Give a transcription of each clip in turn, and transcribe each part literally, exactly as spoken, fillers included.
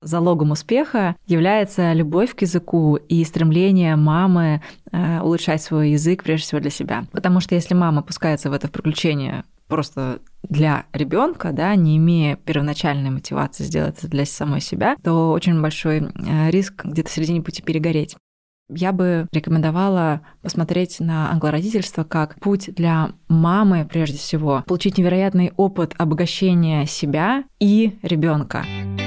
Залогом успеха является любовь к языку и стремление мамы э, улучшать свой язык прежде всего для себя. Потому что если мама пускается в это приключение просто для ребенка, да, не имея первоначальной мотивации сделать это для самой себя, то очень большой риск где-то в середине пути перегореть. Я бы рекомендовала посмотреть на англородительство как путь для мамы, прежде всего, получить невероятный опыт обогащения себя и ребенка.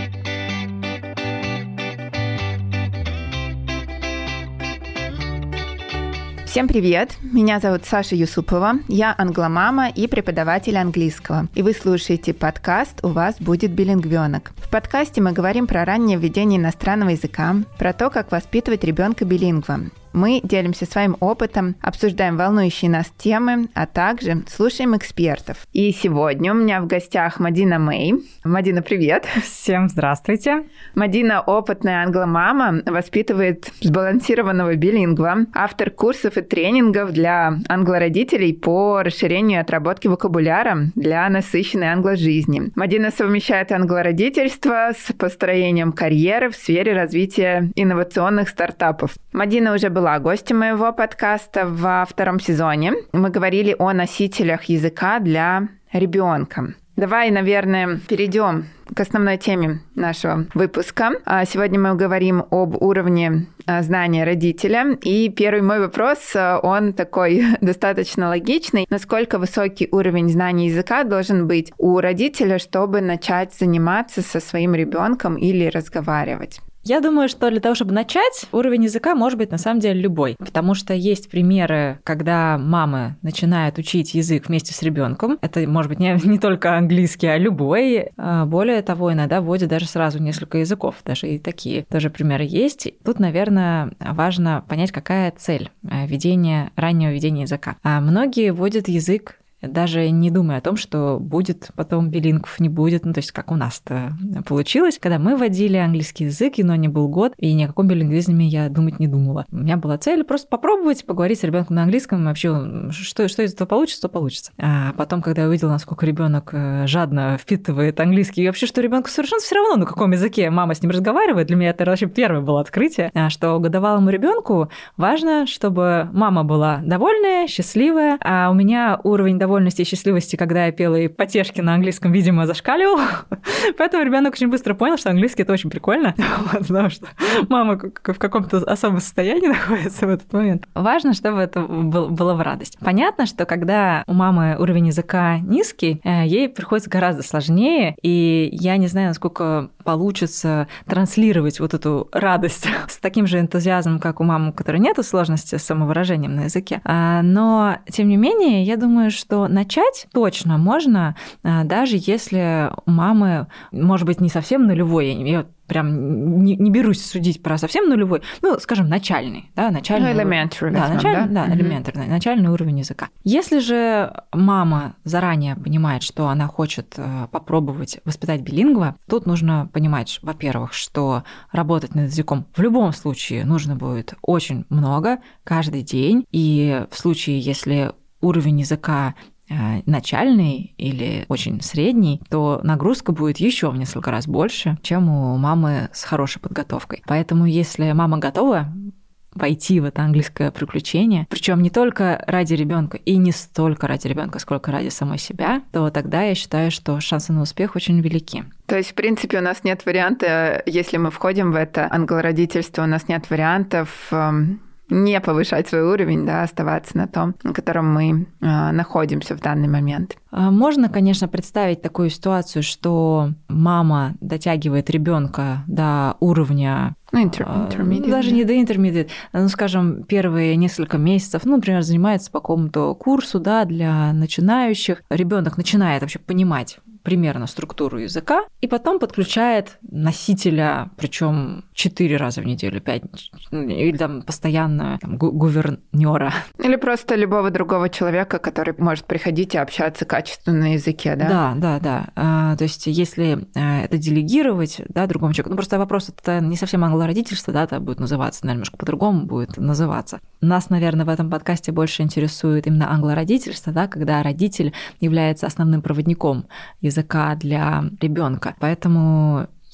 Всем привет! Меня зовут Саша Юсупова, я англомама и преподаватель английского. И вы слушаете подкаст «У вас будет билингвёнок». В подкасте мы говорим про раннее введение иностранного языка, про то, как воспитывать ребенка билингва. Мы делимся своим опытом, обсуждаем волнующие нас темы, а также слушаем экспертов. И сегодня у меня в гостях Мадина Мэй. Мадина, привет! Всем здравствуйте! Мадина – опытная англомама, воспитывает сбалансированного билингва, автор курсов и тренингов для англородителей по расширению и отработке вокабуляра для насыщенной англожизни. Мадина совмещает англородительство с построением карьеры в сфере развития инновационных стартапов. Мадина уже была была гостем моего подкаста во втором сезоне. Мы говорили о носителях языка для ребенка. Давай, наверное, перейдем к основной теме нашего выпуска. Сегодня мы говорим об уровне знания родителя. И первый мой вопрос, он такой достаточно логичный. Насколько высокий уровень знания языка должен быть у родителя, чтобы начать заниматься со своим ребенком или разговаривать? Я думаю, что для того, чтобы начать, уровень языка может быть на самом деле любой, потому что есть примеры, когда мамы начинают учить язык вместе с ребенком. Это может быть не, не только английский, а любой. Более того, иногда вводят даже сразу несколько языков, даже и такие тоже примеры есть. Тут, наверное, важно понять, какая цель ведения, раннего ведения языка. А многие вводят язык даже не думая о том, что будет потом билингв, не будет, ну, то есть как у нас-то получилось. Когда мы вводили английский язык, но не был год, и ни о каком билингвизме я думать не думала. У меня была цель просто попробовать поговорить с ребенком на английском, вообще, что, что из этого получится, то получится. А потом, когда я увидела, насколько ребенок жадно впитывает английский, и вообще, что ребенку совершенно все равно, на каком языке мама с ним разговаривает, для меня это вообще первое было открытие, что годовалому ребенку важно, чтобы мама была довольная, счастливая, а у меня уровень довольности и счастливости, когда я пела и потешки на английском, видимо, зашкаливал. Поэтому ребенок очень быстро понял, что английский — это очень прикольно, потому что мама в каком-то особом состоянии находится в этот момент. Важно, чтобы это было в радость. Понятно, что когда у мамы уровень языка низкий, ей приходится гораздо сложнее, и я не знаю, насколько получится транслировать вот эту радость с таким же энтузиазмом, как у мамы, у которой нет сложности с самовыражением на языке. Но, тем не менее, я думаю, что начать точно можно, даже если у мамы, может быть, не совсем нулевой, я прям не, не берусь судить про совсем нулевой, ну, скажем, начальный, да, начальный, ну, elementary, да, начальный, да? Да, elementary, mm-hmm. начальный уровень языка. Если же мама заранее понимает, что она хочет попробовать воспитать билингва, тут нужно понимать, во-первых, что работать над языком в любом случае нужно будет очень много, каждый день, и в случае, если уровень языка начальный или очень средний, то нагрузка будет еще в несколько раз больше, чем у мамы с хорошей подготовкой. Поэтому если мама готова войти в это английское приключение, причем не только ради ребенка и не столько ради ребенка, сколько ради самой себя, то тогда я считаю, что шансы на успех очень велики. То есть, в принципе, у нас нет варианта, если мы входим в это англородительство, у нас нет вариантов не повышать свой уровень, да, оставаться на том, на котором мы э, находимся в данный момент. Можно, конечно, представить такую ситуацию, что мама дотягивает ребенка до уровня, ну, inter- intermediate, даже не до intermediate, ну, скажем, первые несколько месяцев, ну, например, занимается по какому-то курсу, да, для начинающих. Ребенок начинает вообще понимать примерно структуру языка, и потом подключает носителя, причем четыре раза в неделю, пять, или там постоянно там, гувернера. Или просто любого другого человека, который может приходить и общаться качественно на языке, да? Да, да, да. А, то есть если это делегировать, да, другому человеку, ну просто вопрос, это не совсем англородительство, да, это будет называться, наверное, немножко по-другому будет называться. Нас, наверное, в этом подкасте больше интересует именно англородительство, да, когда родитель является основным проводником языка для ребенка. Поэтому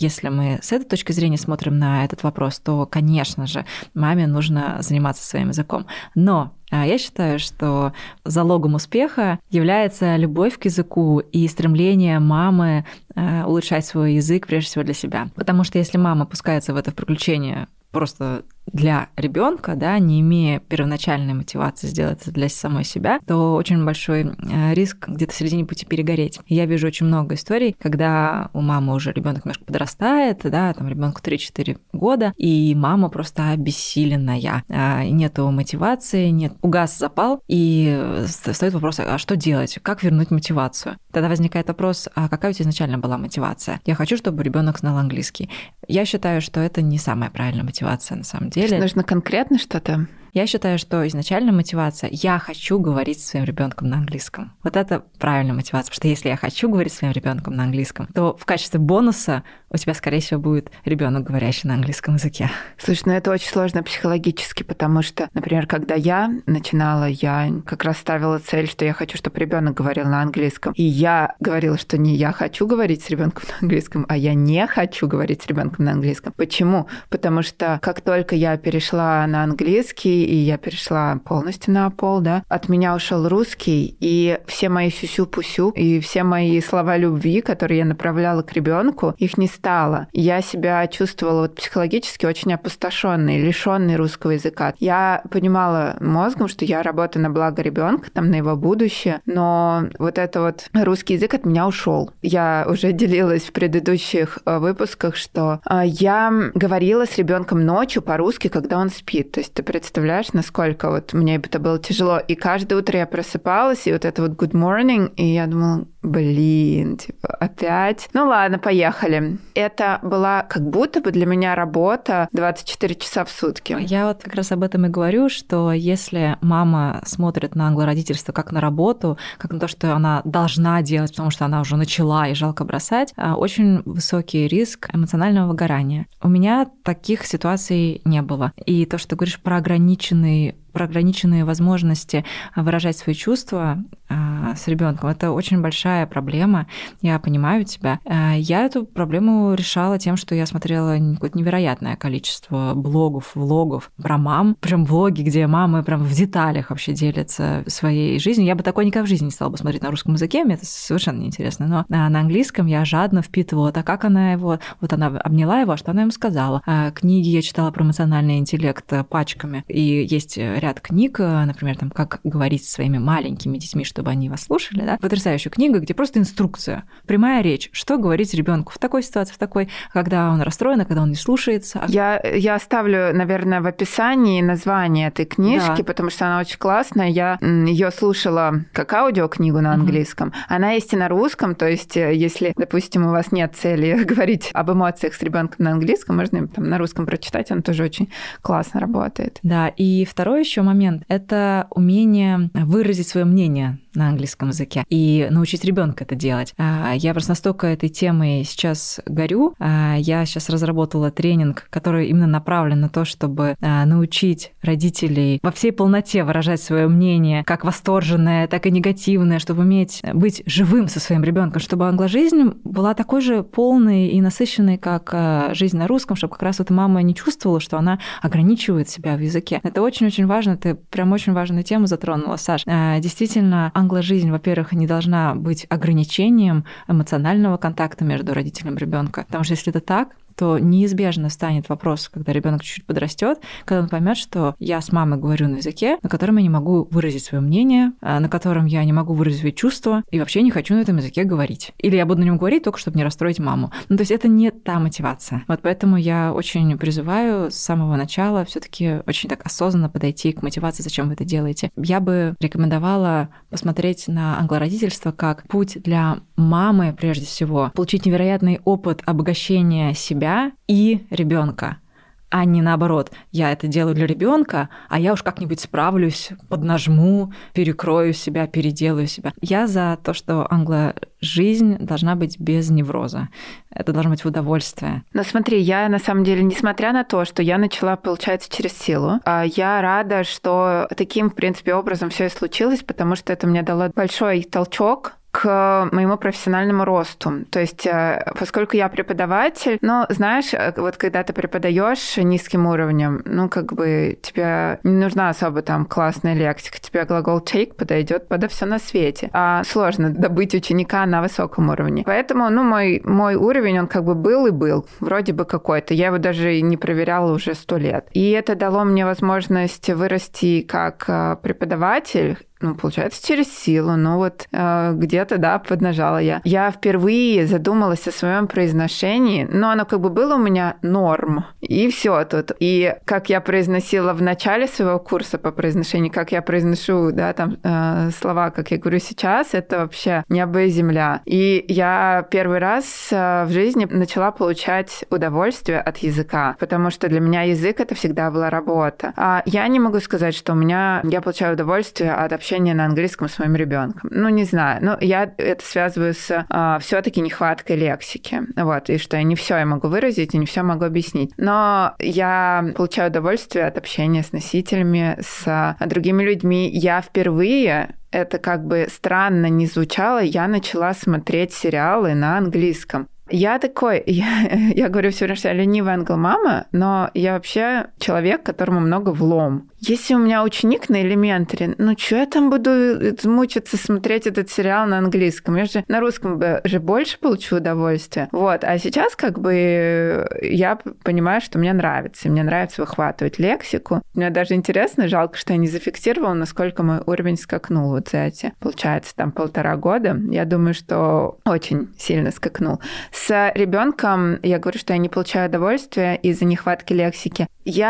если мы с этой точки зрения смотрим на этот вопрос, то, конечно же, маме нужно заниматься своим языком. Но я считаю, что залогом успеха является любовь к языку и стремление мамы улучшать свой язык прежде всего для себя. Потому что если мама пускается в это приключение просто для ребенка, да, не имея первоначальной мотивации сделать это для самой себя, то очень большой риск где-то в середине пути перегореть. Я вижу очень много историй, когда у мамы уже ребенок немножко подрастает, да, там ребенку три-четыре года, и мама просто обессиленная, нету мотивации, нет, угас запал, и встает вопрос, а что делать, как вернуть мотивацию? Тогда возникает вопрос, а какая у тебя изначально была мотивация? Я хочу, чтобы ребенок знал английский. Я считаю, что это не самая правильная мотивация на самом деле. Нужно конкретно что-то? Я считаю, что изначальная мотивация – я хочу говорить со своим ребенком на английском. Вот это правильная мотивация, потому что если я хочу говорить со своим ребенком на английском, то в качестве бонуса у тебя, скорее всего, будет ребенок, говорящий на английском языке. Слушай, ну это очень сложно психологически, потому что, например, когда я начинала, я как раз ставила цель, что я хочу, чтобы ребенок говорил на английском. И я говорила, что не я хочу говорить с ребенком на английском, а я не хочу говорить с ребенком на английском. Почему? Потому что как только я перешла на английский, и я перешла полностью на пол, да, от меня ушел русский, и все мои сюсю-пусю, и все мои слова любви, которые я направляла к ребенку, их не стало. Я себя чувствовала вот психологически очень опустошенной, лишенной русского языка. Я понимала мозгом, что я работаю на благо ребенка, там, на его будущее, но вот это вот русский язык от меня ушел. Я уже делилась в предыдущих выпусках, что я говорила с ребенком ночью по-русски, когда он спит. То есть ты представляешь, насколько вот мне это было тяжело. И каждое утро я просыпалась, и вот это вот good morning, и я думала, блин, типа, опять? Ну ладно, поехали. Это была как будто бы для меня работа двадцать четыре часа в сутки. Я вот как раз об этом и говорю, что если мама смотрит на англородительство как на работу, как на то, что она должна делать, потому что она уже начала и жалко бросать, очень высокий риск эмоционального выгорания. У меня таких ситуаций не было. И то, что ты говоришь про ограниченный про ограниченные возможности выражать свои чувства э, с ребенком. Это очень большая проблема. Я понимаю тебя. Э, я эту проблему решала тем, что я смотрела какое-то невероятное количество блогов, влогов про мам. Прям влоги, где мамы прям в деталях вообще делятся своей жизнью. Я бы такое никогда в жизни не стала бы смотреть на русском языке, мне это совершенно неинтересно. Но на английском я жадно впитывала, а как она его... Вот она обняла его, а что она ему сказала. Э, книги я читала про эмоциональный интеллект пачками. И есть ряд книг, например, там, как говорить со своими маленькими детьми, чтобы они вас слушали, да? Потрясающая книга, где просто инструкция, прямая речь, что говорить ребенку в такой ситуации, в такой, когда он расстроен, когда он не слушается. Я, я оставлю, наверное, в описании название этой книжки, да, потому что она очень классная. Я ее слушала как аудиокнигу на английском. Mm-hmm. Она есть и на русском, то есть если, допустим, у вас нет цели говорить об эмоциях с ребенком на английском, можно там на русском прочитать, она тоже очень классно работает. Да, и второй еще момент – это умение выразить свое мнение на английском языке и научить ребенка это делать. Я просто настолько этой темой сейчас горю. Я сейчас разработала тренинг, который именно направлен на то, чтобы научить родителей во всей полноте выражать свое мнение, как восторженное, так и негативное, чтобы уметь быть живым со своим ребенком, чтобы англожизнь была такой же полной и насыщенной, как жизнь на русском, чтобы как раз вот мама не чувствовала, что она ограничивает себя в языке. Это очень-очень важно. Ты прям очень важную тему затронула, Саш. Действительно, англожизнь, во-первых, не должна быть ограничением эмоционального контакта между родителем и ребенком. Потому что если это так, то неизбежно станет вопрос, когда ребенок чуть-чуть подрастет, когда он поймет, что я с мамой говорю на языке, на котором я не могу выразить свое мнение, на котором я не могу выразить свои чувства, и вообще не хочу на этом языке говорить. Или я буду на нем говорить только, чтобы не расстроить маму. Ну, то есть это не та мотивация. Вот поэтому я очень призываю с самого начала все-таки очень так осознанно подойти к мотивации, зачем вы это делаете. Я бы рекомендовала посмотреть на англородительство как путь для мамы, прежде всего, получить невероятный опыт обогащения себя и ребенка, а не наоборот. Я это делаю для ребенка, а я уж как-нибудь справлюсь, поднажму, перекрою себя, переделаю себя. Я за то, что англожизнь должна быть без невроза. Это должно быть в удовольствие. Но смотри, я на самом деле, несмотря на то, что я начала, получается, через силу, я рада, что таким, в принципе, образом все и случилось, потому что это мне дало большой толчок к моему профессиональному росту. То есть, поскольку я преподаватель, ну, знаешь, вот когда ты преподаешь низким уровнем, ну, как бы тебе не нужна особо там классная лексика, тебе глагол take подойдет подо все на свете. А сложно добыть ученика на высоком уровне. Поэтому, ну, мой, мой уровень, он как бы был и был, вроде бы какой-то. Я его даже не проверяла уже сто лет. И это дало мне возможность вырасти как преподаватель, ну, получается, через силу. Ну, вот э, где-то, да, поднажала я. Я впервые задумалась о своем произношении, но оно как бы было у меня норм. И все тут. И как я произносила в начале своего курса по произношению, как я произношу, да, там э, слова, как я говорю сейчас, это вообще небо и земля. И я первый раз э, в жизни начала получать удовольствие от языка, потому что для меня язык — это всегда была работа. А я не могу сказать, что у меня я получаю удовольствие от общения на английском с моим ребенком. Ну, не знаю. Но я это связываю с а, все-таки нехваткой лексики. Вот. И что я не все я могу выразить, и не все могу объяснить. Но я получаю удовольствие от общения с носителями, с а, другими людьми. Я впервые, это как бы странно не звучало, я начала смотреть сериалы на английском. Я такой, я, я говорю все время, что я ленивая англомама, но я вообще человек, которому много влом. Если у меня ученик на элементаре, ну что я там буду мучиться смотреть этот сериал на английском? Я же на русском же больше получу удовольствие. Вот. А сейчас как бы я понимаю, что мне нравится. Мне нравится выхватывать лексику. Мне даже интересно, жалко, что я не зафиксировала, насколько мой уровень скакнул вот за эти, получается, там полтора года. Я думаю, что очень сильно скакнул. С ребенком я говорю, что я не получаю удовольствия из-за нехватки лексики.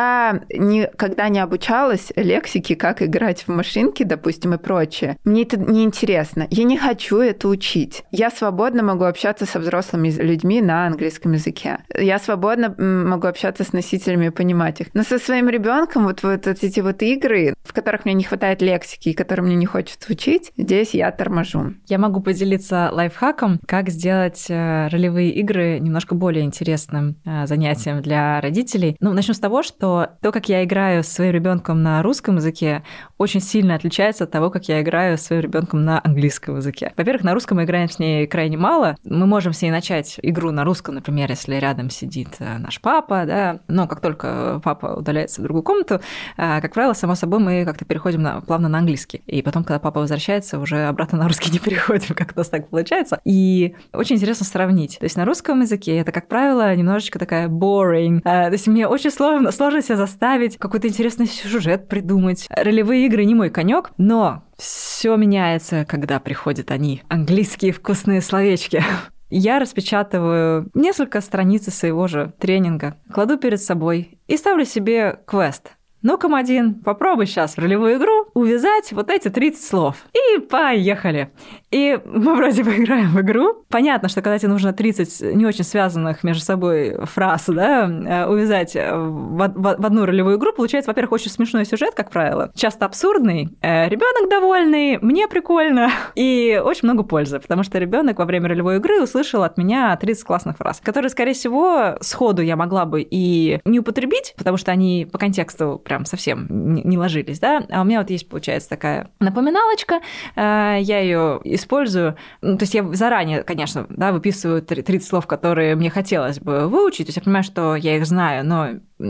Я никогда не обучалась лексике, как играть в машинки, допустим, и прочее. Мне это неинтересно. Я не хочу это учить. Я свободно могу общаться со взрослыми людьми на английском языке. Я свободно могу общаться с носителями и понимать их. Но со своим ребенком вот, вот эти вот игры, в которых мне не хватает лексики и которые мне не хочется учить, здесь я торможу. Я могу поделиться лайфхаком, как сделать ролевые игры немножко более интересным занятием для родителей. Ну, начну с того, что то, как я играю с своим ребенком на русском языке, очень сильно отличается от того, как я играю с своим ребенком на английском языке. Во-первых, на русском мы играем с ней крайне мало. Мы можем с ней начать игру на русском, например, если рядом сидит наш папа, да, но как только папа удаляется в другую комнату, как правило, само собой, мы как-то переходим на, плавно на английский. И потом, когда папа возвращается, уже обратно на русский не переходим, как у нас так получается. И очень интересно сравнить. То есть на русском языке это, как правило, немножечко такая boring. То есть мне очень сложно, сложно себя заставить какой-то интересный сюжет придумать. Ролевые игры не мой конек, но все меняется, когда приходят они, английские вкусные словечки. Я распечатываю несколько страниц своего же тренинга, кладу перед собой и ставлю себе квест. Ну-ка, Мадин, попробуй сейчас в ролевую игру увязать вот эти тридцать слов. И поехали. И мы вроде бы играем в игру. Понятно, что когда тебе нужно тридцать не очень связанных между собой фраз, да, увязать в, в, в одну ролевую игру, получается, во-первых, очень смешной сюжет, как правило, часто абсурдный, ребенок довольный, мне прикольно, и очень много пользы, потому что ребенок во время ролевой игры услышал от меня тридцать классных фраз, которые, скорее всего, сходу я могла бы и не употребить, потому что они по контексту прям совсем не ложились, да, а у меня вот есть, получается, такая напоминалочка, я ее использую, ну, то есть я заранее, конечно, да, выписываю тридцать слов, которые мне хотелось бы выучить, то есть я понимаю, что я их знаю, но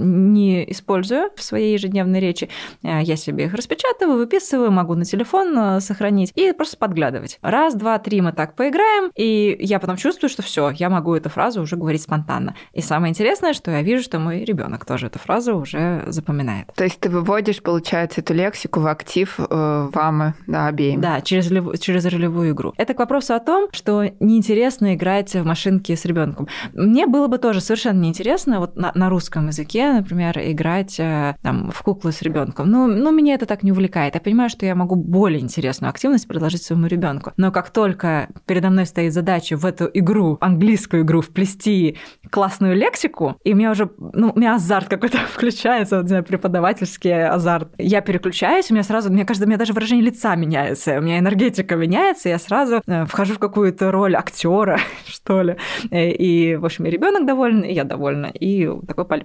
не использую в своей ежедневной речи. Я себе их распечатываю, выписываю, могу на телефон сохранить и просто подглядывать. Раз, два, три мы так поиграем, и я потом чувствую, что все, я могу эту фразу уже говорить спонтанно. И самое интересное, что я вижу, что мой ребенок тоже эту фразу уже запоминает. То есть ты выводишь, получается, эту лексику в актив э, вам, да, обеим? Да, через, через ролевую игру. Это к вопросу о том, что неинтересно играть в машинки с ребенком. Мне было бы тоже совершенно неинтересно вот на, на русском языке, например, играть там, в куклы с ребенком. Ну, ну, меня это так не увлекает. Я понимаю, что я могу более интересную активность предложить своему ребенку. Но как только передо мной стоит задача в эту игру, английскую игру, вплести классную лексику, и у меня уже, ну, у меня азарт какой-то включается, вот, не знаю, преподавательский азарт. Я переключаюсь, у меня сразу, мне кажется, у меня даже выражение лица меняется, у меня энергетика меняется, и я сразу вхожу в какую-то роль актера, что ли. И, в общем, и ребенок доволен, и я довольна. И такое полезное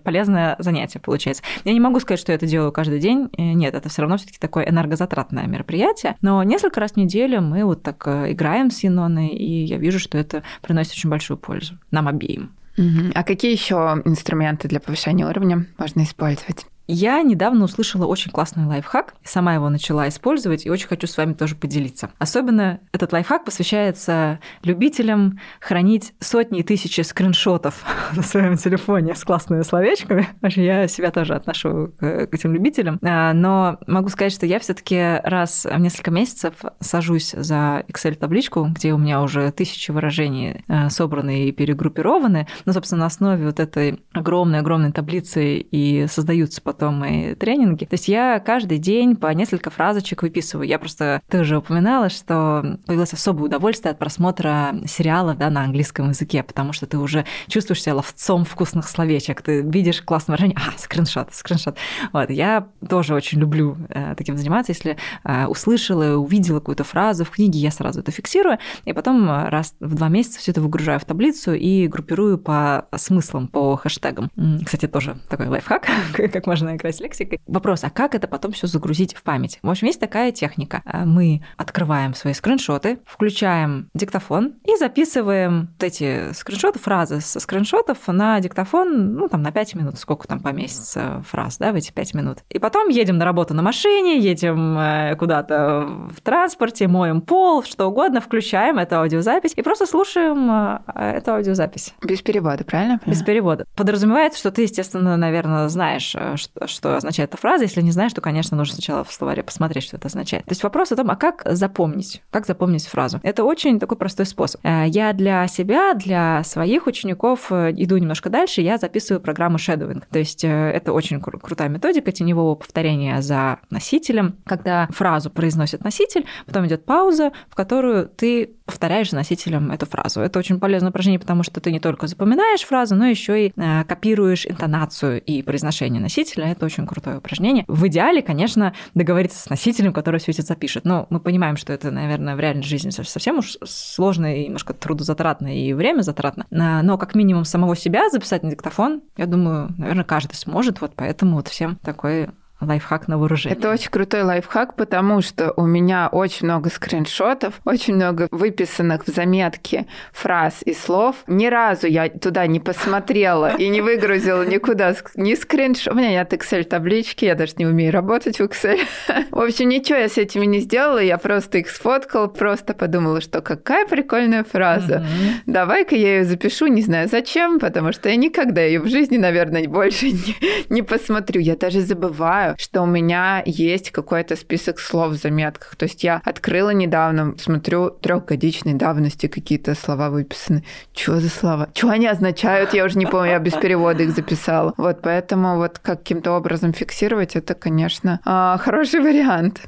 полноценное занятие получается. Я не могу сказать, что я это делаю каждый день. Нет, это все равно все-таки такое энергозатратное мероприятие. Но несколько раз в неделю мы вот так играем с Еноной, и я вижу, что это приносит очень большую пользу нам обеим. Угу. А какие еще инструменты для повышения уровня можно использовать? Я недавно услышала очень классный лайфхак, сама его начала использовать и очень хочу с вами тоже поделиться. Особенно этот лайфхак посвящается любителям хранить сотни и тысячи скриншотов на своем телефоне с классными словечками. Я себя тоже отношу к этим любителям. Но могу сказать, что я все-таки раз в несколько месяцев сажусь за Excel-табличку, где у меня уже тысячи выражений собраны и перегруппированы. Ну, собственно, на основе вот этой огромной-огромной таблицы и создаются потом потом мои тренинги. То есть я каждый день по несколько фразочек выписываю. Я просто тоже упоминала, что появилось особое удовольствие от просмотра сериалов, да, на английском языке, потому что ты уже чувствуешь себя ловцом вкусных словечек. Ты видишь классное выражение, а, скриншот, скриншот. Вот. Я тоже очень люблю э, таким заниматься. Если э, услышала, увидела какую-то фразу в книге, я сразу это фиксирую, и потом раз в два месяца все это выгружаю в таблицу и группирую по смыслам, по хэштегам. Кстати, тоже такой лайфхак, как можно играть с лексикой. Вопрос, а как это потом все загрузить в память? В общем, есть такая техника. Мы открываем свои скриншоты, включаем диктофон и записываем вот эти скриншоты, фразы со скриншотов на диктофон, ну, там, на пять минут, сколько там поместится фраз, да, в эти пять минут. И потом едем на работу на машине, едем куда-то в транспорте, моем пол, что угодно, включаем эту аудиозапись и просто слушаем эту аудиозапись. Без перевода, правильно? Без перевода. Подразумевается, что ты, естественно, наверное, знаешь, что, что означает эта фраза. Если не знаешь, то, конечно, нужно сначала в словаре посмотреть, что это означает. То есть вопрос о том, а как запомнить? Как запомнить фразу? Это очень такой простой способ. Я для себя, для своих учеников иду немножко дальше, я записываю программу shadowing. То есть это очень кру- крутая методика теневого повторения за носителем, когда фразу произносит носитель, потом идет пауза, в которую ты повторяешь за носителем эту фразу. Это очень полезное упражнение, потому что ты не только запоминаешь фразу, но еще и копируешь интонацию и произношение носителя. Это очень крутое упражнение. В идеале, конечно, договориться с носителем, который все это запишет. Но мы понимаем, что это, наверное, в реальной жизни совсем уж сложно и немножко трудозатратно и время затратно. Но как минимум самого себя записать на диктофон, я думаю, наверное, каждый сможет. Вот поэтому вот всем такой лайфхак на вооружение. Это очень крутой лайфхак, потому что у меня очень много скриншотов, очень много выписанных в заметке фраз и слов. Ни разу я туда не посмотрела и не выгрузила никуда ни скриншот. У меня нет Excel-таблички, я даже не умею работать в Excel. В общем, ничего я с этими не сделала, я просто их сфоткала, просто подумала, что какая прикольная фраза. Mm-hmm. Давай-ка я ее запишу, не знаю зачем, потому что я никогда ее в жизни, наверное, больше не, не посмотрю. Я даже забываю, что у меня есть какой-то список слов в заметках. То есть я открыла недавно, смотрю, трехгодичной давности какие-то слова выписаны. Что за слова? Что они означают? Я уже не помню, я без перевода их записала. Вот поэтому вот каким-то образом фиксировать, это, конечно, хороший вариант.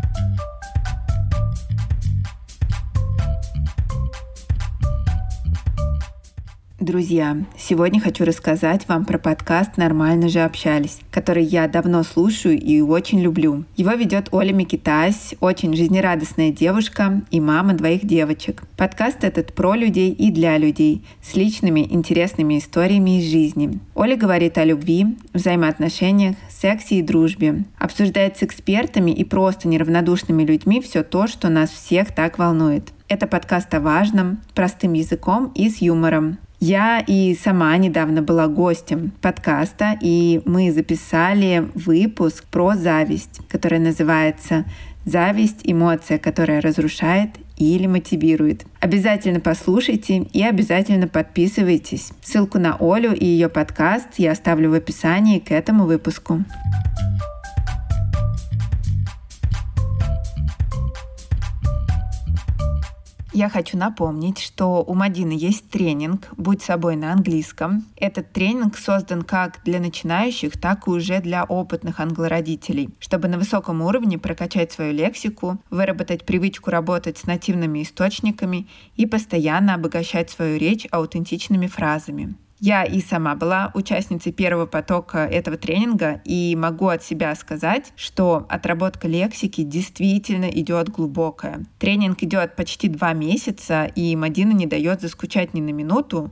Друзья, сегодня хочу рассказать вам про подкаст «Нормально же общались», который я давно слушаю и очень люблю. Его ведет Оля Микитась, очень жизнерадостная девушка и мама двоих девочек. Подкаст этот про людей и для людей, с личными интересными историями из жизни. Оля говорит о любви, взаимоотношениях, сексе и дружбе. Обсуждает с экспертами и просто неравнодушными людьми все то, что нас всех так волнует. Это подкаст о важном, простым языком и с юмором. Я и сама недавно была гостем подкаста, и мы записали выпуск про зависть, который называется «Зависть – эмоция, которая разрушает или мотивирует». Обязательно послушайте и обязательно подписывайтесь. Ссылку на Олю и ее подкаст я оставлю в описании к этому выпуску. Я хочу напомнить, что у Мадины есть тренинг «Будь собой» на английском. Этот тренинг создан как для начинающих, так и уже для опытных англородителей, чтобы на высоком уровне прокачать свою лексику, выработать привычку работать с нативными источниками и постоянно обогащать свою речь аутентичными фразами. Я и сама была участницей первого потока этого тренинга и могу от себя сказать, что отработка лексики действительно идет глубокая. Тренинг идет почти два месяца, и Мадина не дает заскучать ни на минуту,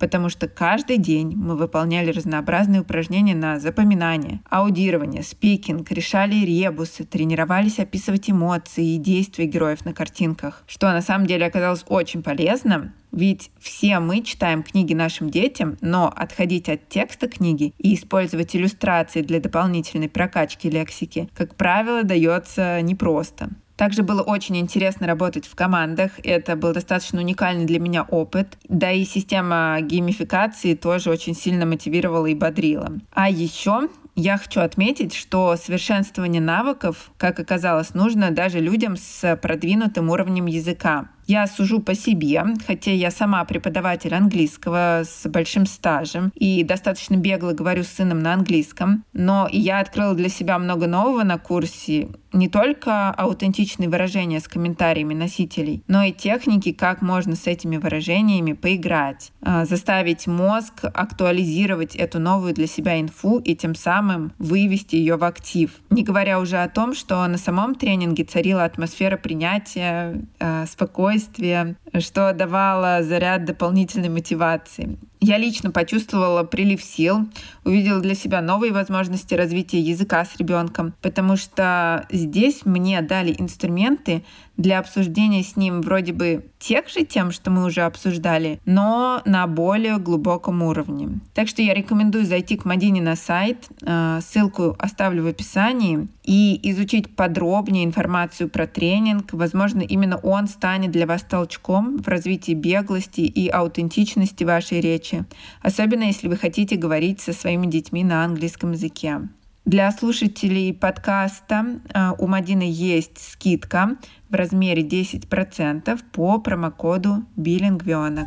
потому что каждый день мы выполняли разнообразные упражнения на запоминание, аудирование, спикинг, решали ребусы, тренировались описывать эмоции и действия героев на картинках, что на самом деле оказалось очень полезно. Ведь все мы читаем книги нашим детям, но отходить от текста книги и использовать иллюстрации для дополнительной прокачки лексики, как правило, дается непросто. Также было очень интересно работать в командах. Это был достаточно уникальный для меня опыт. Да и система геймификации тоже очень сильно мотивировала и бодрила. А еще я хочу отметить, что совершенствование навыков, как оказалось, нужно даже людям с продвинутым уровнем языка. Я сужу по себе, хотя я сама преподаватель английского с большим стажем и достаточно бегло говорю с сыном на английском, но и я открыла для себя много нового на курсе, не только аутентичные выражения с комментариями носителей, но и техники, как можно с этими выражениями поиграть, заставить мозг актуализировать эту новую для себя инфу и тем самым вывести ее в актив. Не говоря уже о том, что на самом тренинге царила атмосфера принятия, спокойствия, что давало заряд дополнительной мотивации. Я лично почувствовала прилив сил, увидела для себя новые возможности развития языка с ребенком, потому что здесь мне дали инструменты для обсуждения с ним вроде бы тех же тем, что мы уже обсуждали, но на более глубоком уровне. Так что я рекомендую зайти к Мадине на сайт, ссылку оставлю в описании, и изучить подробнее информацию про тренинг. Возможно, именно он станет для вас толчком в развитии беглости и аутентичности вашей речи, особенно если вы хотите говорить со своими детьми на английском языке. Для слушателей подкаста у Мадины есть скидка в размере десять процентов по промокоду «Билингвенок».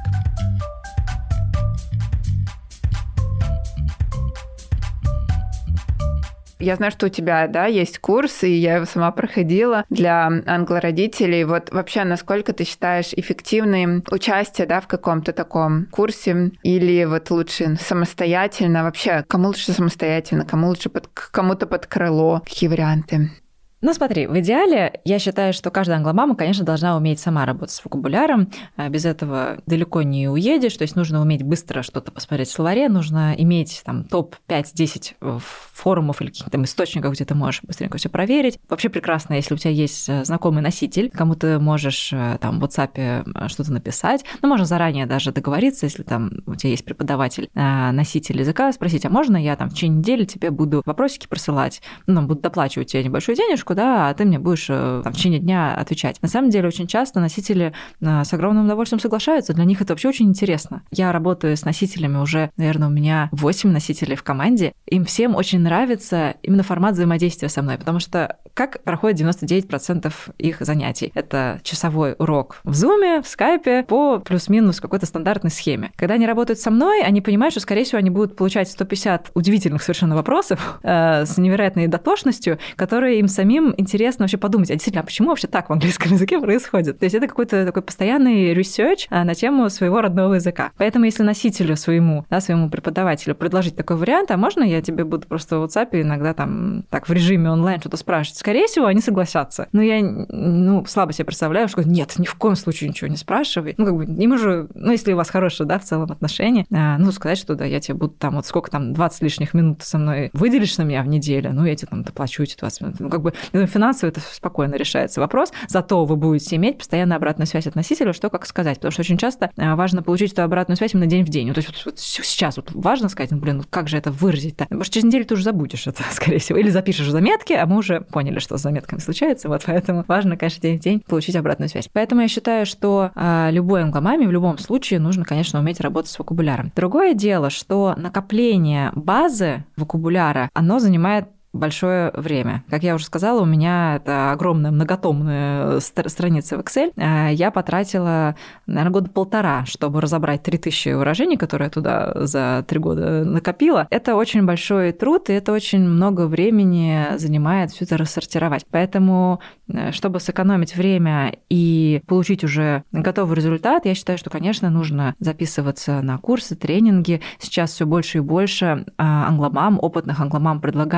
Я знаю, что у тебя, да, есть курс, и я его сама проходила для англородителей. Вот вообще, насколько ты считаешь эффективным участие, да, в каком-то таком курсе? Или вот лучше самостоятельно? Вообще, кому лучше самостоятельно, кому лучше под, кому-то под крыло? Какие варианты? Ну, смотри, в идеале я считаю, что каждая англомама, конечно, должна уметь сама работать с вокабуляром. Без этого далеко не уедешь. То есть нужно уметь быстро что-то посмотреть в словаре, нужно иметь там топ пять-десять форумов или каких-то там источников, где ты можешь быстренько все проверить. Вообще прекрасно, если у тебя есть знакомый носитель, кому ты можешь там в WhatsApp что-то написать. Ну, можно заранее даже договориться, если там у тебя есть преподаватель, носитель языка, спросить, а можно я там в течение недели тебе буду вопросики присылать, ну, буду доплачивать тебе небольшую денежку, да, а ты мне будешь там, в течение дня отвечать. На самом деле, очень часто носители с огромным удовольствием соглашаются. Для них это вообще очень интересно. Я работаю с носителями уже, наверное, у меня восемь носителей в команде. Им всем очень нравится именно формат взаимодействия со мной, потому что как проходит девяносто девять процентов их занятий? Это часовой урок в Zoom, в Skype по плюс-минус какой-то стандартной схеме. Когда они работают со мной, они понимают, что, скорее всего, они будут получать сто пятьдесят удивительных совершенно вопросов э, с невероятной дотошностью, которые им самим интересно вообще подумать, а действительно, а почему вообще так в английском языке происходит? То есть это какой-то такой постоянный research на тему своего родного языка. Поэтому если носителю своему, да, своему преподавателю предложить такой вариант, а можно я тебе буду просто в WhatsApp иногда там так в режиме онлайн что-то спрашивать? Скорее всего, они согласятся. Но я, ну, слабо себе представляю, что нет, ни в коем случае ничего не спрашивай. Ну, как бы, им уже, ну, если у вас хорошие, да, в целом отношения, ну, сказать, что да, я тебе буду там, вот сколько там, двадцать лишних минут со мной выделишь на меня в неделю, ну, я тебе там доплачу эти двадцать минут. Ну, как бы, финансово это спокойно решается вопрос, зато вы будете иметь постоянно обратную связь от носителя, что как сказать, потому что очень часто важно получить эту обратную связь именно день в день. Ну, то есть вот, вот сейчас вот важно сказать, ну, блин, ну, как же это выразить-то? Потому что через неделю ты уже забудешь это, скорее всего, или запишешь в заметки, а мы уже поняли, что с заметками случается, вот поэтому важно, конечно, день в день получить обратную связь. Поэтому я считаю, что а, любой англомаме в любом случае нужно, конечно, уметь работать с вокабуляром. Другое дело, что накопление базы вокабуляра, оно занимает большое время. Как я уже сказала, у меня это огромная многотомная страница в Excel. Я потратила, наверное, года полтора, чтобы разобрать три тысячи выражений, которые я туда за три года накопила. Это очень большой труд, и это очень много времени занимает все это рассортировать. Поэтому, чтобы сэкономить время и получить уже готовый результат, я считаю, что, конечно, нужно записываться на курсы, тренинги. Сейчас все больше и больше англомам, опытных англомам предлагают поделиться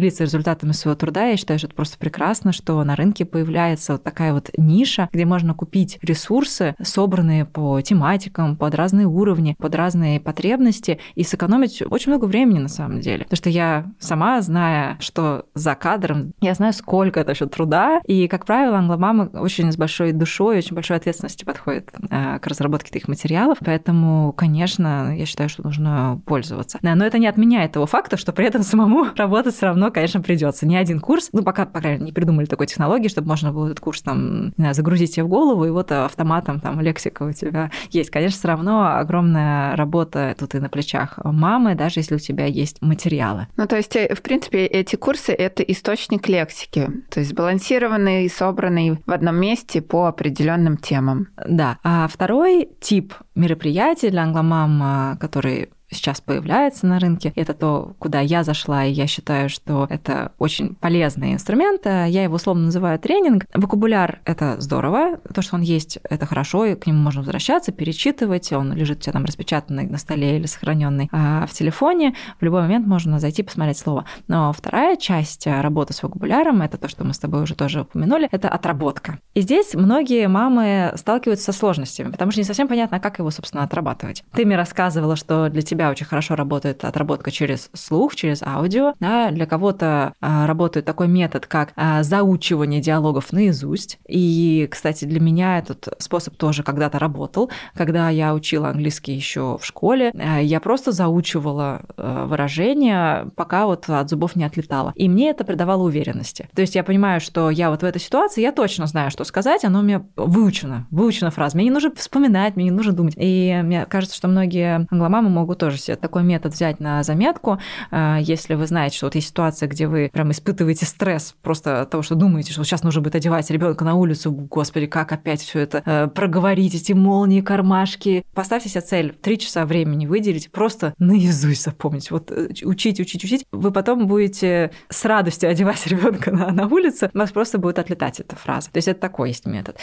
поделиться результатами своего труда. Я считаю, что это просто прекрасно, что на рынке появляется вот такая вот ниша, где можно купить ресурсы, собранные по тематикам, под разные уровни, под разные потребности, и сэкономить очень много времени на самом деле. Потому что я сама, зная, что за кадром, я знаю, сколько это еще труда, и, как правило, англомамы очень с большой душой, очень большой ответственностью подходят к разработке таких материалов, поэтому, конечно, я считаю, что нужно пользоваться. Но это не отменяет того факта, что при этом самому работать все равно, конечно, придется. Ни один курс, ну, пока, по крайней мере, не придумали такой технологии, чтобы можно было этот курс там, не знаю, загрузить себе в голову, и вот автоматом там лексика у тебя есть. Конечно, все равно огромная работа тут и на плечах мамы, даже если у тебя есть материалы. Ну, то есть, в принципе, эти курсы — это источник лексики, то есть сбалансированный, собранный в одном месте по определенным темам. Да. А второй тип мероприятий для англомам, который сейчас появляется на рынке. Это то, куда я зашла, и я считаю, что это очень полезный инструмент. Я его условно называю тренинг. Вокабуляр — это здорово. То, что он есть, это хорошо, и к нему можно возвращаться, перечитывать. Он лежит у тебя там распечатанный на столе или сохраненный а в телефоне. В любой момент можно зайти посмотреть слово. Но вторая часть работы с вокабуляром — это то, что мы с тобой уже тоже упомянули, это отработка. И здесь многие мамы сталкиваются со сложностями, потому что не совсем понятно, как его, собственно, отрабатывать. Ты мне рассказывала, что для тебя очень хорошо работает отработка через слух, через аудио. Да? Для кого-то а, работает такой метод, как а, заучивание диалогов наизусть. И, кстати, для меня этот способ тоже когда-то работал. Когда я учила английский еще в школе, а, я просто заучивала а, выражения, пока вот от зубов не отлетало. И мне это придавало уверенности. То есть я понимаю, что я вот в этой ситуации, я точно знаю, что сказать, оно у меня выучено, выучена фраза. Мне не нужно вспоминать, мне не нужно думать. И мне кажется, что многие англомамы могут тоже себе такой метод взять на заметку. Если вы знаете, что вот есть ситуация, где вы прям испытываете стресс просто от того, что думаете, что сейчас нужно будет одевать ребенка на улицу, господи, как опять все это проговорить, эти молнии, кармашки. Поставьте себе цель три часа времени выделить, просто наизусть запомнить. Вот учить, учить, учить. Вы потом будете с радостью одевать ребенка на, на улицу, у вас просто будет отлетать эта фраза. То есть это такой есть метод.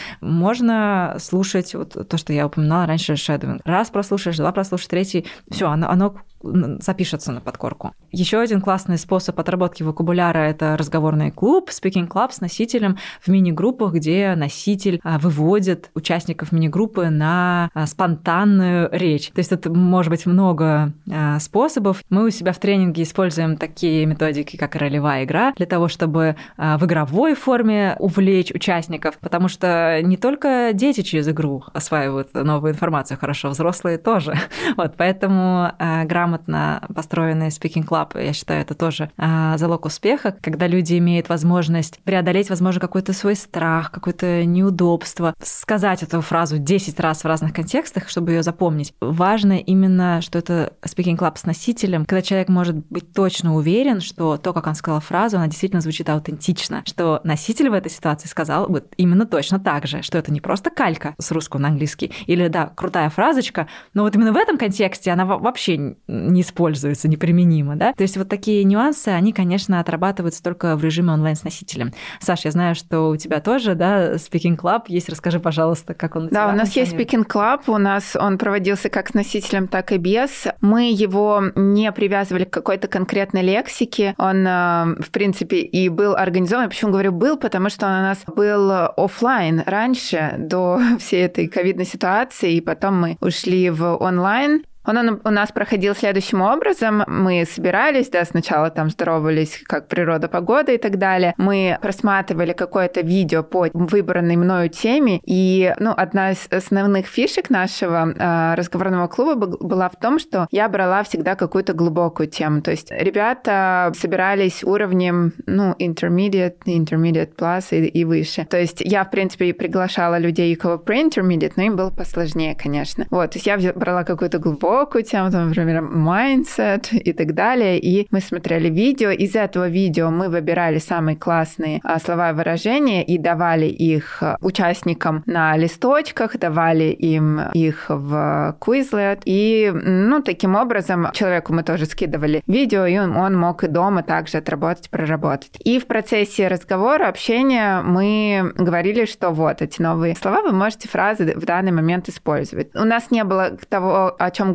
Можно слушать вот то, что я упоминала раньше, шедоуинг. Раз прослушаешь, два прослушаешь, третий, все, оно, оно запишется на подкорку. Еще один классный способ отработки вокабуляра — это разговорный клуб, speaking club с носителем в мини-группах, где носитель выводит участников мини-группы на спонтанную речь. То есть это может быть много способов. Мы у себя в тренинге используем такие методики, как ролевая игра, для того, чтобы в игровой форме увлечь участников, потому что не только дети через игру осваивают новую информацию хорошо, взрослые тоже. Вот, поэтому грамотно построенный speaking club, я считаю, это тоже а, залог успеха, когда люди имеют возможность преодолеть, возможно, какой-то свой страх, какое-то неудобство, сказать эту фразу десять раз в разных контекстах, чтобы ее запомнить. Важно именно, что это speaking club с носителем, когда человек может быть точно уверен, что то, как он сказал фразу, она действительно звучит аутентично, что носитель в этой ситуации сказал вот именно точно так же, что это не просто калька с русского на английский, или, да, крутая фразочка, но вот именно в этом контексте она вообще не используется, неприменимо, да? То есть вот такие нюансы, они, конечно, отрабатываются только в режиме онлайн с носителем. Саш, я знаю, что у тебя тоже, да, Speaking Club есть. Расскажи, пожалуйста, как он у тебя. Да, у нас есть Speaking Club, у нас он проводился как с носителем, так и без. Мы его не привязывали к какой-то конкретной лексике. Он, в принципе, и был организован. Почему говорю был? Потому что он у нас был офлайн раньше, до всей этой ковидной ситуации, и потом мы ушли в онлайн. Он у нас проходил следующим образом. Мы собирались, да, сначала там здоровались, как природа, погода и так далее. Мы просматривали какое-то видео по выбранной мною теме. И, ну, одна из основных фишек нашего э, разговорного клуба была в том, что я брала всегда какую-то глубокую тему. То есть ребята собирались уровнем, ну, intermediate, intermediate plus и, и выше. То есть я, в принципе, приглашала людей, у кого pre-intermediate, но им было посложнее, конечно. Вот, то есть я брала какую-то глубокую тему, там, например, mindset и так далее, и мы смотрели видео. Из этого видео мы выбирали самые классные а, слова и выражения и давали их участникам на листочках, давали им их в Quizlet, и, ну, таким образом человеку мы тоже скидывали видео, и он, он мог и дома также отработать, проработать. И в процессе разговора, общения мы говорили, что вот эти новые слова вы можете фразы в данный момент использовать. У нас не было того, о чем говорить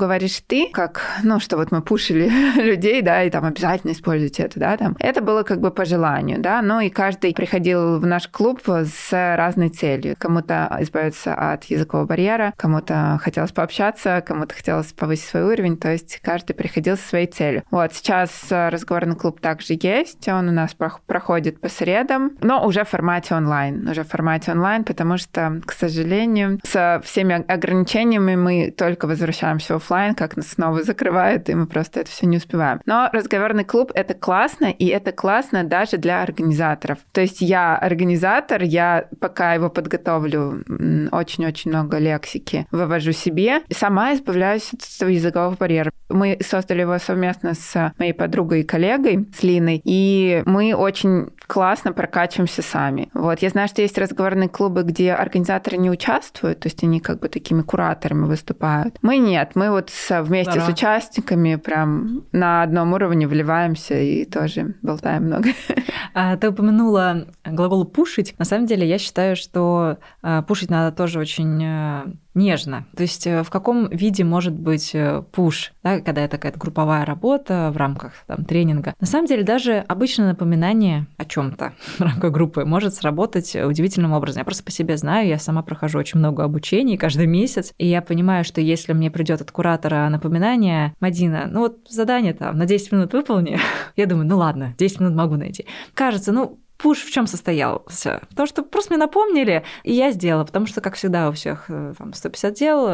говоришь ты, как, ну, что вот мы пушили людей, да, и там обязательно используйте это, да, там. Это было как бы по желанию, да, ну и каждый приходил в наш клуб с разной целью. Кому-то избавиться от языкового барьера, кому-то хотелось пообщаться, кому-то хотелось повысить свой уровень, то есть каждый приходил со своей целью. Вот, сейчас разговорный клуб также есть, он у нас проходит по средам, но уже в формате онлайн, уже в формате онлайн, потому что, к сожалению, со всеми ограничениями мы только возвращаемся в офлайн, как нас снова закрывают, и мы просто это все не успеваем. Но разговорный клуб — это классно, и это классно даже для организаторов. То есть я организатор, я пока его подготовлю, очень-очень много лексики вывожу себе, и сама избавляюсь от этого языкового барьера. Мы создали его совместно с моей подругой и коллегой, с Линой, и мы очень классно прокачиваемся сами. Вот. Я знаю, что есть разговорные клубы, где организаторы не участвуют, то есть они как бы такими кураторами выступают. Мы нет, мы вот вместе да. с участниками прям на одном уровне вливаемся и тоже болтаем много. А, ты упомянула глагол «пушить». На самом деле я считаю, что пушить надо тоже очень нежно. То есть в каком виде может быть пуш, да, когда это какая-то групповая работа в рамках там, тренинга. На самом деле даже обычное напоминание о чем-то в рамках группы может сработать удивительным образом. Я просто по себе знаю, я сама прохожу очень много обучений каждый месяц, и я понимаю, что если мне придет от куратора напоминание: Мадина, ну вот задание там на десять минут выполни, я думаю, ну ладно, десять минут могу найти. Кажется, ну, пуш в чем состоялся? Потому что просто мне напомнили, и я сделала, потому что, как всегда, у всех там сто пятьдесят дел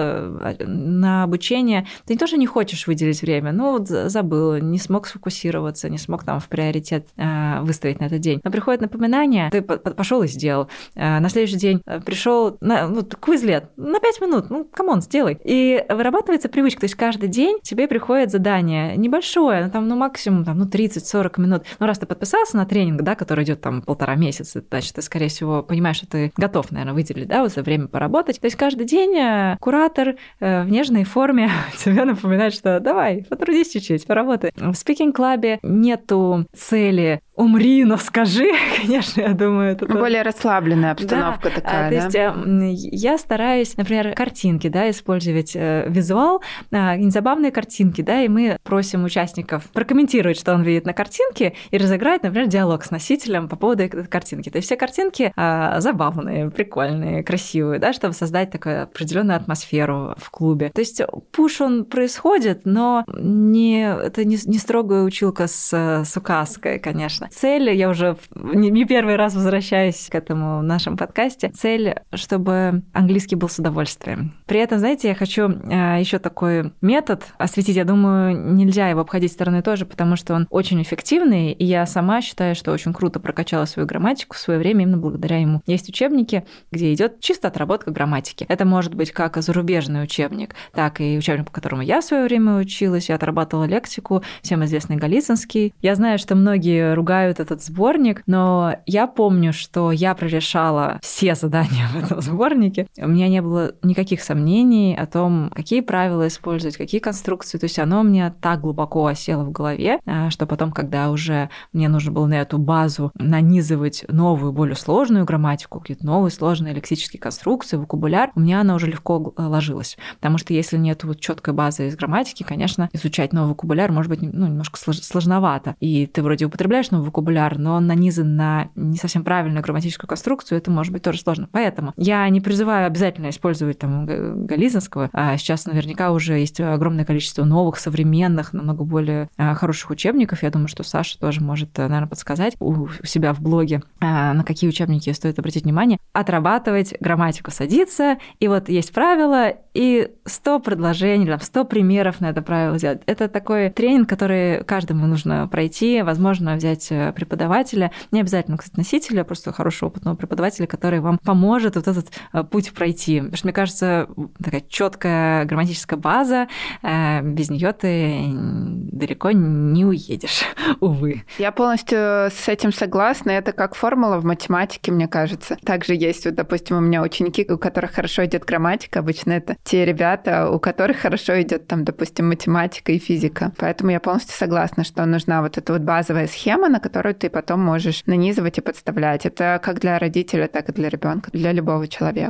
на обучение. Ты не то, что не хочешь выделить время, но вот забыл, не смог сфокусироваться, не смог там в приоритет выставить на этот день. Но приходит напоминание, ты пошел и сделал. На следующий день пришел на ну, квизлет на пять минут, ну, камон, сделай. И вырабатывается привычка, то есть каждый день тебе приходит задание небольшое, ну, там, ну, максимум там, ну, тридцать-сорок минут. Ну, раз ты подписался на тренинг, да, который идет там полтора месяца, значит, ты, скорее всего, понимаешь, что ты готов, наверное, выделить, да, вот за время поработать. То есть каждый день куратор в нежной форме тебе напоминает, что давай, потрудись чуть-чуть, поработай. В спикинг-клабе нету цели «умри, но скажи», конечно, я думаю, это... Более расслабленная обстановка да, такая, то да? есть я стараюсь, например, картинки, да, использовать визуал, забавные картинки, да, и мы просим участников прокомментировать, что он видит на картинке, и разыграть, например, диалог с носителем по поводу этой картинки. То есть все картинки забавные, прикольные, красивые, да, чтобы создать такую определенную атмосферу в клубе. То есть пуш, он происходит, но не, это не, не строгая училка с, с указкой, конечно. Цель, я уже не первый раз возвращаюсь к этому в нашем подкасте, цель, чтобы английский был с удовольствием. При этом, знаете, я хочу еще такой метод осветить. Я думаю, нельзя его обходить стороной тоже, потому что он очень эффективный, и я сама считаю, что очень круто прокачала свою грамматику в свое время именно благодаря ему. Есть учебники, где идет чисто отработка грамматики. Это может быть как зарубежный учебник, так и учебник, по которому я в свое время училась, я отрабатывала лексику, всем известный Голицынский. Я знаю, что многие ругают этот сборник, но я помню, что я прорешала все задания в этом сборнике. У меня не было никаких сомнений о том, какие правила использовать, какие конструкции. То есть оно у меня так глубоко осело в голове, что потом, когда уже мне нужно было на эту базу нанизывать новую, более сложную грамматику, какие-то новые сложные лексические конструкции, вокабуляр, у меня она уже легко ложилась. Потому что если нет вот четкой базы из грамматики, конечно, изучать новый вокабуляр может быть ну, немножко сложновато. И ты вроде употребляешь новый вокабуляр, но он нанизан на не совсем правильную грамматическую конструкцию, это может быть тоже сложно. Поэтому я не призываю обязательно использовать там Голицынского. А сейчас наверняка уже есть огромное количество новых, современных, намного более хороших учебников. Я думаю, что Саша тоже может, наверное, подсказать у себя в блоге, на какие учебники стоит обратить внимание. Отрабатывать грамматику, садиться, и вот есть правила, и сто предложений, там, сто примеров на это правило сделать. Это такой тренинг, который каждому нужно пройти, возможно, взять преподавателя, не обязательно, кстати, носителя, просто хорошего опытного преподавателя, который вам поможет вот этот путь пройти. Потому что, мне кажется, такая четкая грамматическая база, без нее ты далеко не уедешь, увы. Я полностью с этим согласна. Это как формула в математике, мне кажется. Также есть, вот, допустим, у меня ученики, у которых хорошо идет грамматика. Обычно это те ребята, у которых хорошо идет, там, допустим, математика и физика. Поэтому я полностью согласна, что нужна вот эта вот базовая схема, на которую ты потом можешь нанизывать и подставлять. Это как для родителя, так и для ребенка, для любого человека.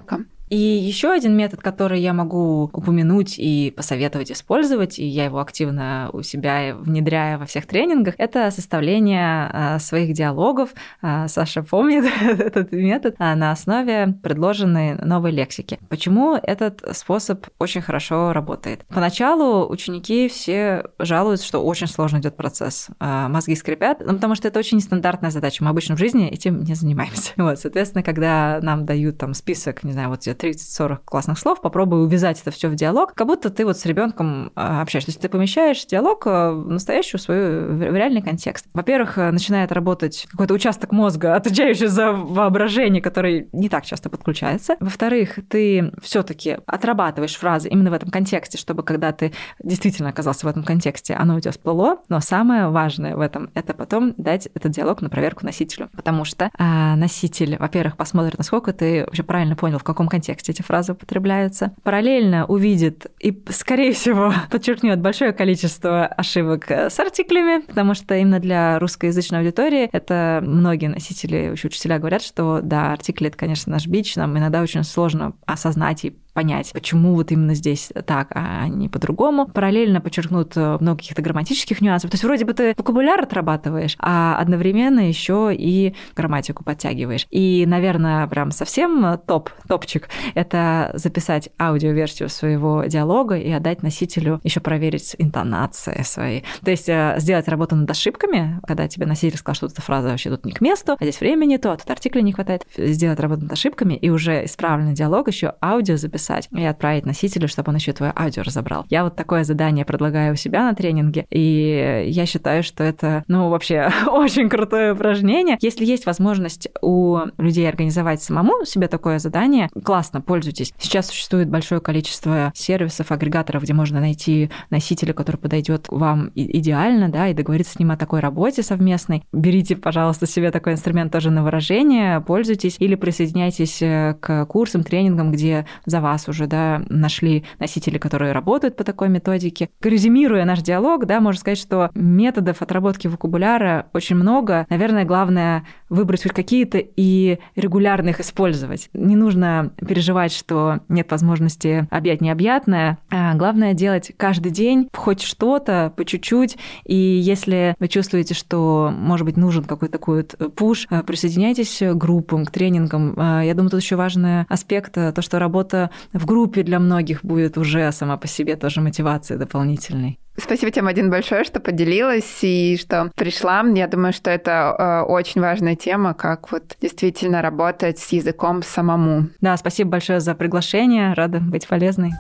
И еще один метод, который я могу упомянуть и посоветовать использовать, и я его активно у себя внедряю во всех тренингах, это составление своих диалогов. Саша помнит этот метод на основе предложенной новой лексики. Почему этот способ очень хорошо работает? Поначалу ученики все жалуются, что очень сложно идет процесс. Мозги скрипят, ну, потому что это очень нестандартная задача. Мы обычно в жизни этим не занимаемся. Вот, соответственно, когда нам дают там список, не знаю, вот тебе тридцать-сорок классных слов, попробуй увязать это все в диалог, как будто ты вот с ребенком общаешься. То есть ты помещаешь диалог в настоящую свою, в реальный контекст. Во-первых, начинает работать какой-то участок мозга, отвечающий за воображение, который не так часто подключается. Во-вторых, ты все-таки отрабатываешь фразы именно в этом контексте, чтобы когда ты действительно оказался в этом контексте, оно у тебя всплыло. Но самое важное в этом — это потом дать этот диалог на проверку носителю. Потому что а, носитель, во-первых, посмотрит, насколько ты вообще правильно понял, в каком контексте эти фразы употребляются. Параллельно увидит и, скорее всего, подчеркнет большое количество ошибок с артиклями, потому что именно для русскоязычной аудитории это многие носители, еще учителя говорят, что да, артикли — это, конечно, наш бич, нам иногда очень сложно осознать и понять, почему вот именно здесь так, а не по-другому. Параллельно подчеркнут много каких-то грамматических нюансов. То есть вроде бы ты вокабуляр отрабатываешь, а одновременно еще и грамматику подтягиваешь. И, наверное, прям совсем топ, топчик — это записать аудиоверсию своего диалога и отдать носителю, еще проверить интонации свои. То есть сделать работу над ошибками, когда тебе носитель сказал, что эта фраза вообще тут не к месту, а здесь время не то, а тут артикля не хватает. Сделать работу над ошибками и уже исправленный диалог еще аудио записать и отправить носителю, чтобы он еще твое аудио разобрал. Я вот такое задание предлагаю у себя на тренинге, и я считаю, что это, ну, вообще очень крутое упражнение. Если есть возможность у людей организовать самому себе такое задание, классно, пользуйтесь. Сейчас существует большое количество сервисов, агрегаторов, где можно найти носителя, который подойдет вам идеально, да, и договориться с ним о такой работе совместной. Берите, пожалуйста, себе такой инструмент тоже на выражение, пользуйтесь, или присоединяйтесь к курсам, тренингам, где за вас уже, да, нашли носители, которые работают по такой методике. Резюмируя наш диалог, да, можно сказать, что методов отработки вокабуляра очень много. Наверное, главное выбрать хоть какие-то и регулярно их использовать. Не нужно переживать, что нет возможности объять необъятное. А главное делать каждый день хоть что-то, по чуть-чуть. И если вы чувствуете, что, может быть, нужен какой-то такой вот пуш, присоединяйтесь к группам, к тренингам. Я думаю, тут еще важный аспект, то, что работа в группе для многих будет уже сама по себе тоже мотивацией дополнительной. Спасибо тебе, Мадин, большое, что поделилась и что пришла. Я думаю, что это э, очень важная тема, как вот действительно работать с языком самому. Да, спасибо большое за приглашение. Рада быть полезной.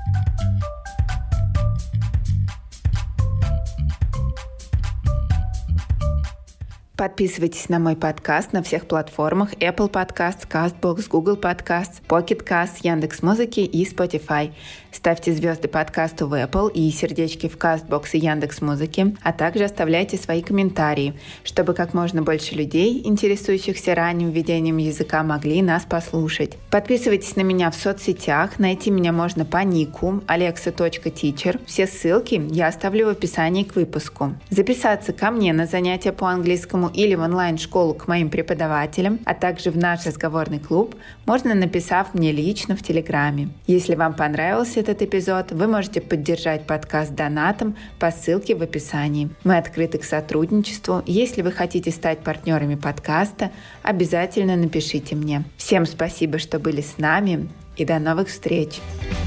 Подписывайтесь на мой подкаст на всех платформах: Apple Podcasts, CastBox, Google Podcasts, Pocket Cast, Яндекс.Музыки и Spotify. Ставьте звезды подкасту в Apple и сердечки в CastBox и Яндекс.Музыке, а также оставляйте свои комментарии, чтобы как можно больше людей, интересующихся ранним введением языка, могли нас послушать. Подписывайтесь на меня в соцсетях. Найти меня можно по нику alexa точка teacher. Все ссылки я оставлю в описании к выпуску. Записаться ко мне на занятия по английскому или в онлайн-школу к моим преподавателям, а также в наш разговорный клуб, можно, написав мне лично в Телеграме. Если вам понравился этот эпизод, вы можете поддержать подкаст донатом по ссылке в описании. Мы открыты к сотрудничеству. Если вы хотите стать партнерами подкаста, обязательно напишите мне. Всем спасибо, что были с нами, и до новых встреч!